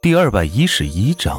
第211章，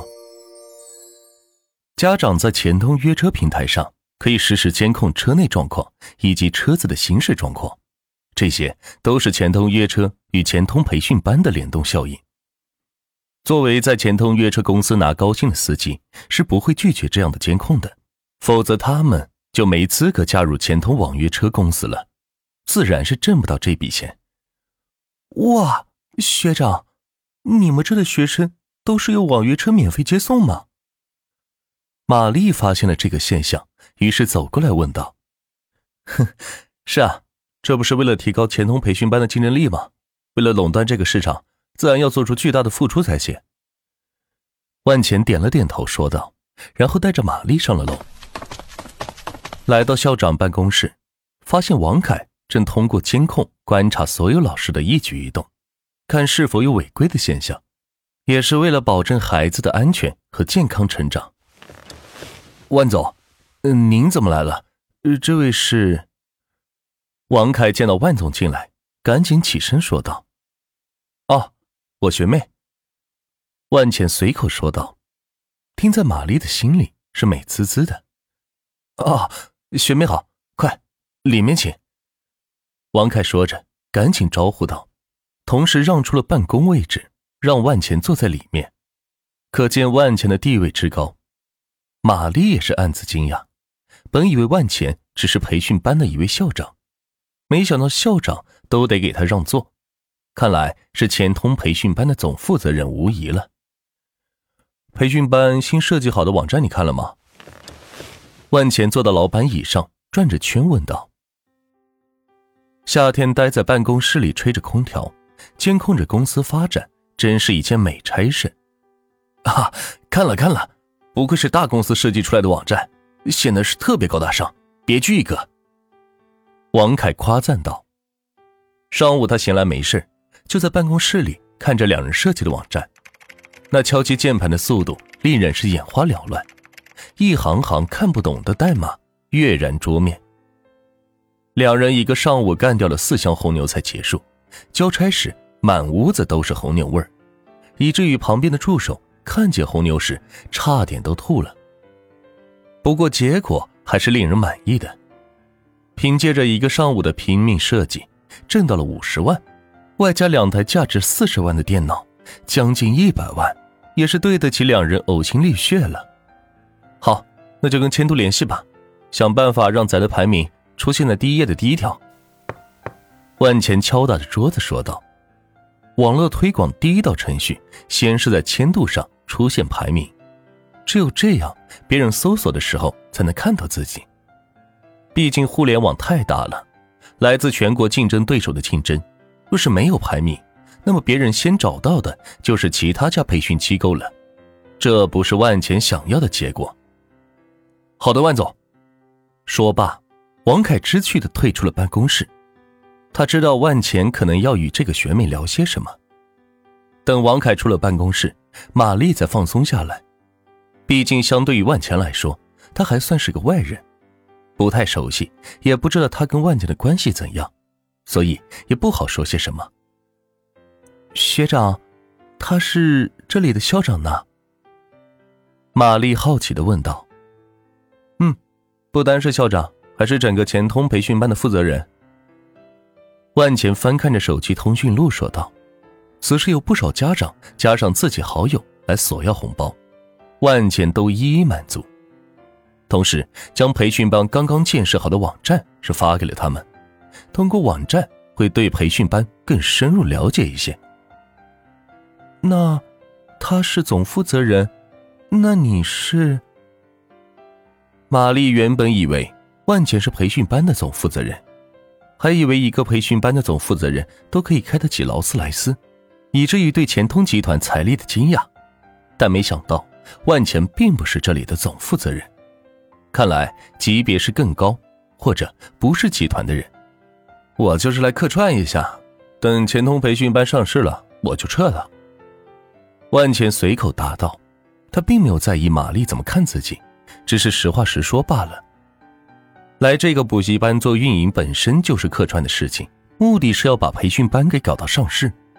家长在钱通约车平台上可以实时监控车内状况以及车子的行驶状况，这些都是钱通约车与钱通培训班的联动效应。作为在钱通约车公司拿高薪的司机，是不会拒绝这样的监控的，否则他们就没资格加入钱通网约车公司了，自然是挣不到这笔钱。 哇，学长，你们这的学生都是有网约车免费接送吗？ 玛丽发现了这个现象，于是走过来问道。 是啊，这不是为了提高钱通培训班的竞争力吗？为了垄断这个市场，自然要做出巨大的付出才行。 万钱点了点头说道，然后带着玛丽上了楼。来到校长办公室，发现王凯正通过监控观察所有老师的一举一动，看是否有违规的现象，也是为了保证孩子的安全和健康成长。 万总，您怎么来了？这位是…… 王凯见到万总进来，赶紧起身说道： 哦，我学妹。 万茜随口说道，听在玛丽的心里是美滋滋的。 哦，学妹好，快，里面请。 王凯说着赶紧招呼道，同时让出了办公位置，让万钱坐在里面。可见万钱的地位之高，玛丽也是暗自惊讶，本以为万钱只是培训班的一位校长，没想到校长都得给他让座，看来是钱通培训班的总负责人无疑了。 培训班新设计好的网站你看了吗？ 万钱坐到老板椅上转着圈问道。夏天待在办公室里吹着空调，监控着公司发展，真是一件美差事。 啊，看了，不愧是大公司设计出来的网站，显得是特别高大上，别具一格。 王凯夸赞道。上午他闲来没事，就在办公室里看着两人设计的网站，那敲击键盘的速度令人是眼花缭乱，一行行看不懂的代码跃然桌面。两人一个上午干掉了4箱红牛才结束，交差时满屋子都是红牛味儿，以至于旁边的助手看见红牛时差点都吐了。不过结果还是令人满意的，凭借着一个上午的拼命设计，挣到了50万，外加2台价值40万的电脑，将近100万，也是对得起两人呕心沥血了。 好，那就跟监督联系吧，想办法让咱的排名出现在第一页的第一条。 万钱敲打着桌子说道。网络推广第一道程序先是在签度上出现排名，只有这样别人搜索的时候才能看到自己。毕竟互联网太大了，来自全国竞争对手的竞争，若是没有排名，那么别人先找到的就是其他家培训机构了，这不是万钱想要的结果。 好的，万总。 说罢，王凯知趣地退出了办公室。他知道万钱可能要与这个学妹聊些什么。等王凯出了办公室，玛丽才放松下来。毕竟相对于万钱来说，他还算是个外人，不太熟悉，也不知道他跟万钱的关系怎样，所以也不好说些什么。 学长，他是这里的校长呢？ 玛丽好奇地问道。 不单是校长，还是整个钱通培训班的负责人。 万钱翻看着手机通讯录说道。此时有不少家长加上自己好友来索要红包，万钱都一一满足，同时将培训班刚刚建设好的网站是发给了他们，通过网站会对培训班更深入了解一些。 那他是总负责人，那你是？ 玛丽原本以为万钱是培训班的总负责人，还以为一个培训班的总负责人都可以开得起劳斯莱斯，以至于对钱通集团财力的惊讶，但没想到万钱并不是这里的总负责人，看来级别是更高，或者不是集团的人。 我就是来客串一下，等钱通培训班上市了我就撤了。 万钱随口答道，他并没有在意玛丽怎么看自己，只是实话实说罢了。来这个补习班做运营本身就是客串的事情，目的是要把培训班给搞到上市。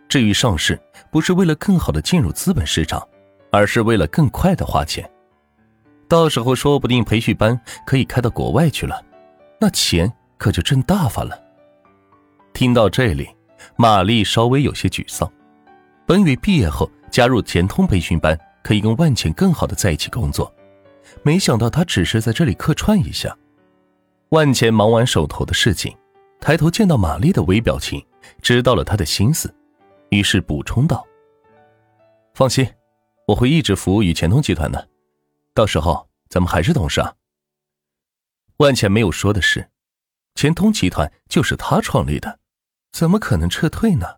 至于上市，不是为了更好的进入资本市场，而是为了更快的花钱。到时候说不定培训班可以开到国外去了，那钱可就挣大发了。听到这里，玛丽稍微有些沮丧。本以为毕业后加入钱通培训班可以跟万钱更好的在一起工作，没想到他只是在这里客串一下。万钱忙完手头的事情，抬头见到玛丽的微表情，知道了她的心思，于是补充道：放心，我会一直服务于钱通集团的，到时候咱们还是同事啊。万钱没有说的是，钱通集团就是他创立的，怎么可能撤退呢？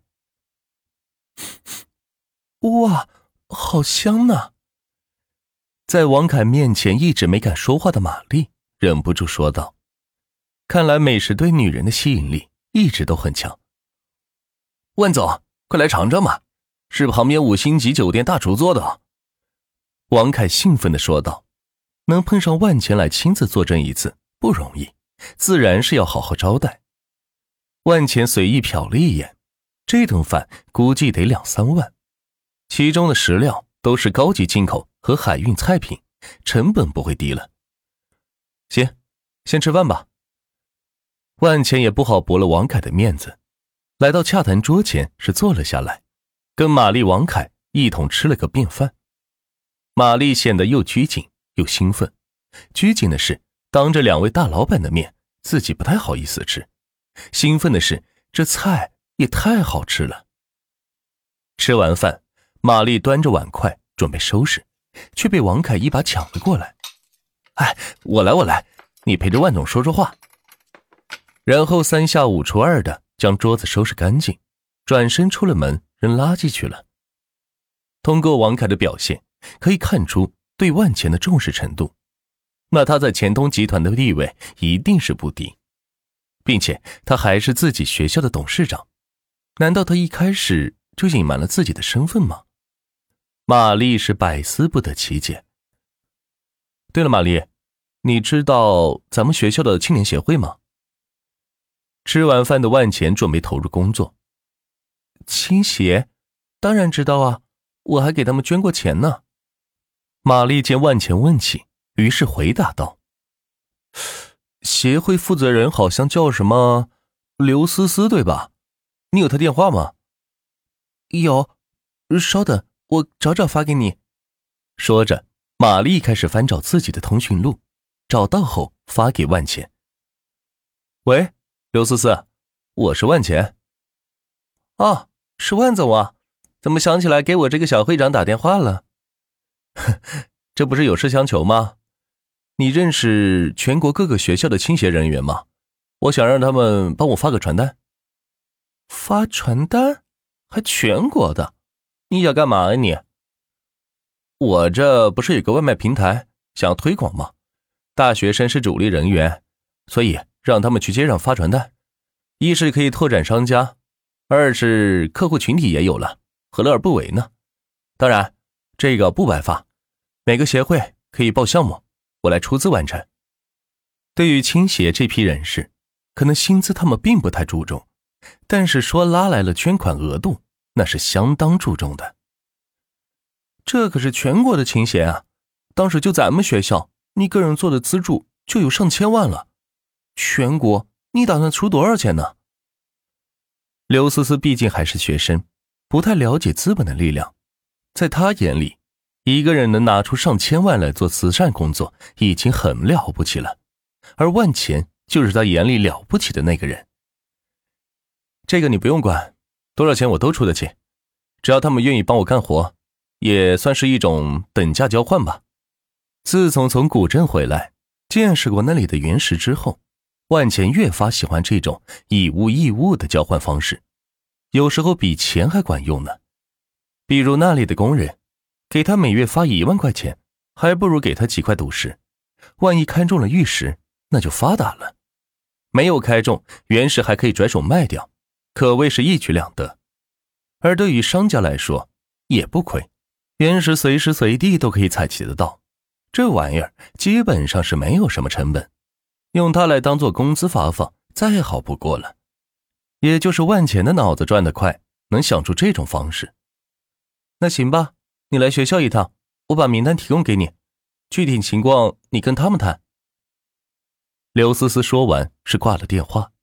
哇，好香呢！在王凯面前一直没敢说话的玛丽忍不住说道，看来美食对女人的吸引力一直都很强。万总，快来尝尝嘛，是旁边5星级酒店大厨做的。王凯兴奋地说道，能碰上万钱来亲自坐镇一次不容易，自然是要好好招待。万钱随意瞟了一眼，这顿饭估计得2-3万，其中的食料都是高级进口和海运菜品，成本不会低了。行，先吃饭吧。万钱也不好驳了王凯的面子，来到洽谈桌前是坐了下来，跟玛丽、王凯一同吃了个便饭。玛丽显得又拘谨又兴奋，拘谨的是当着2位大老板的面自己不太好意思吃，兴奋的是这菜也太好吃了。吃完饭，玛丽端着碗筷准备收拾，却被王凯一把抢了过来。哎，我来，你陪着万总说说话。然后3下5除2的将桌子收拾干净，转身出了门扔垃圾去了。通过王凯的表现可以看出对万钱的重视程度，那他在钱通集团的地位一定是不低，并且他还是自己学校的董事长，难道他一开始就隐瞒了自己的身份吗？玛丽是百思不得其解。对了，玛丽，你知道咱们学校的青年协会吗？吃完饭的万钱准备投入工作。青协？当然知道啊，我还给他们捐过钱呢。玛丽见万钱问起，于是回答道：协会负责人好像叫什么刘思思对吧？你有他电话吗？有，稍等，我找发给你。说着，玛丽开始翻找自己的通讯录，找到后发给万钱。喂，刘思思，我是万钱。哦，是万总啊，怎么想起来给我这个小会长打电话了？这不是有事相求吗？你认识全国各个学校的青协人员吗？我想让他们帮我发个传单。发传单？还全国的？你想干嘛呀你？我这不是有个外卖平台，想要推广吗？大学生是主力人员，所以让他们去街上发传单，一是可以拓展商家，二是客户群体也有了，何乐而不为呢？当然，这个不白发，每个协会可以报项目，我来出资完成。对于青协这批人士，可能薪资他们并不太注重，但是说拉来了捐款额度，那是相当注重的。这可是全国的青协啊，当时就咱们学校，你个人做的资助就有上千万了。全国，你打算出多少钱呢？刘思思毕竟还是学生，不太了解资本的力量。在他眼里，一个人能拿出上千万来做慈善工作，已经很了不起了。而万钱就是他眼里了不起的那个人。这个你不用管，多少钱我都出得起，只要他们愿意帮我干活，也算是一种等价交换吧。自从从古镇回来，见识过那里的原石之后，万钱越发喜欢这种以物易物的交换方式，有时候比钱还管用呢。比如那里的工人，给他每月发1万块钱，还不如给他几块赌石，万一开中了玉石，那就发达了。没有开中，原石还可以转手卖掉，可谓是一举两得。而对于商家来说，也不亏，原石随时随地都可以采集得到，这玩意儿基本上是没有什么成本，用它来当做工资发放，再好不过了。也就是万钱的脑子转得快， 能想出这种方式。 那行吧，你来学校一趟，我把名单提供给你，具体情况你跟他们谈。 刘思思说完是挂了电话。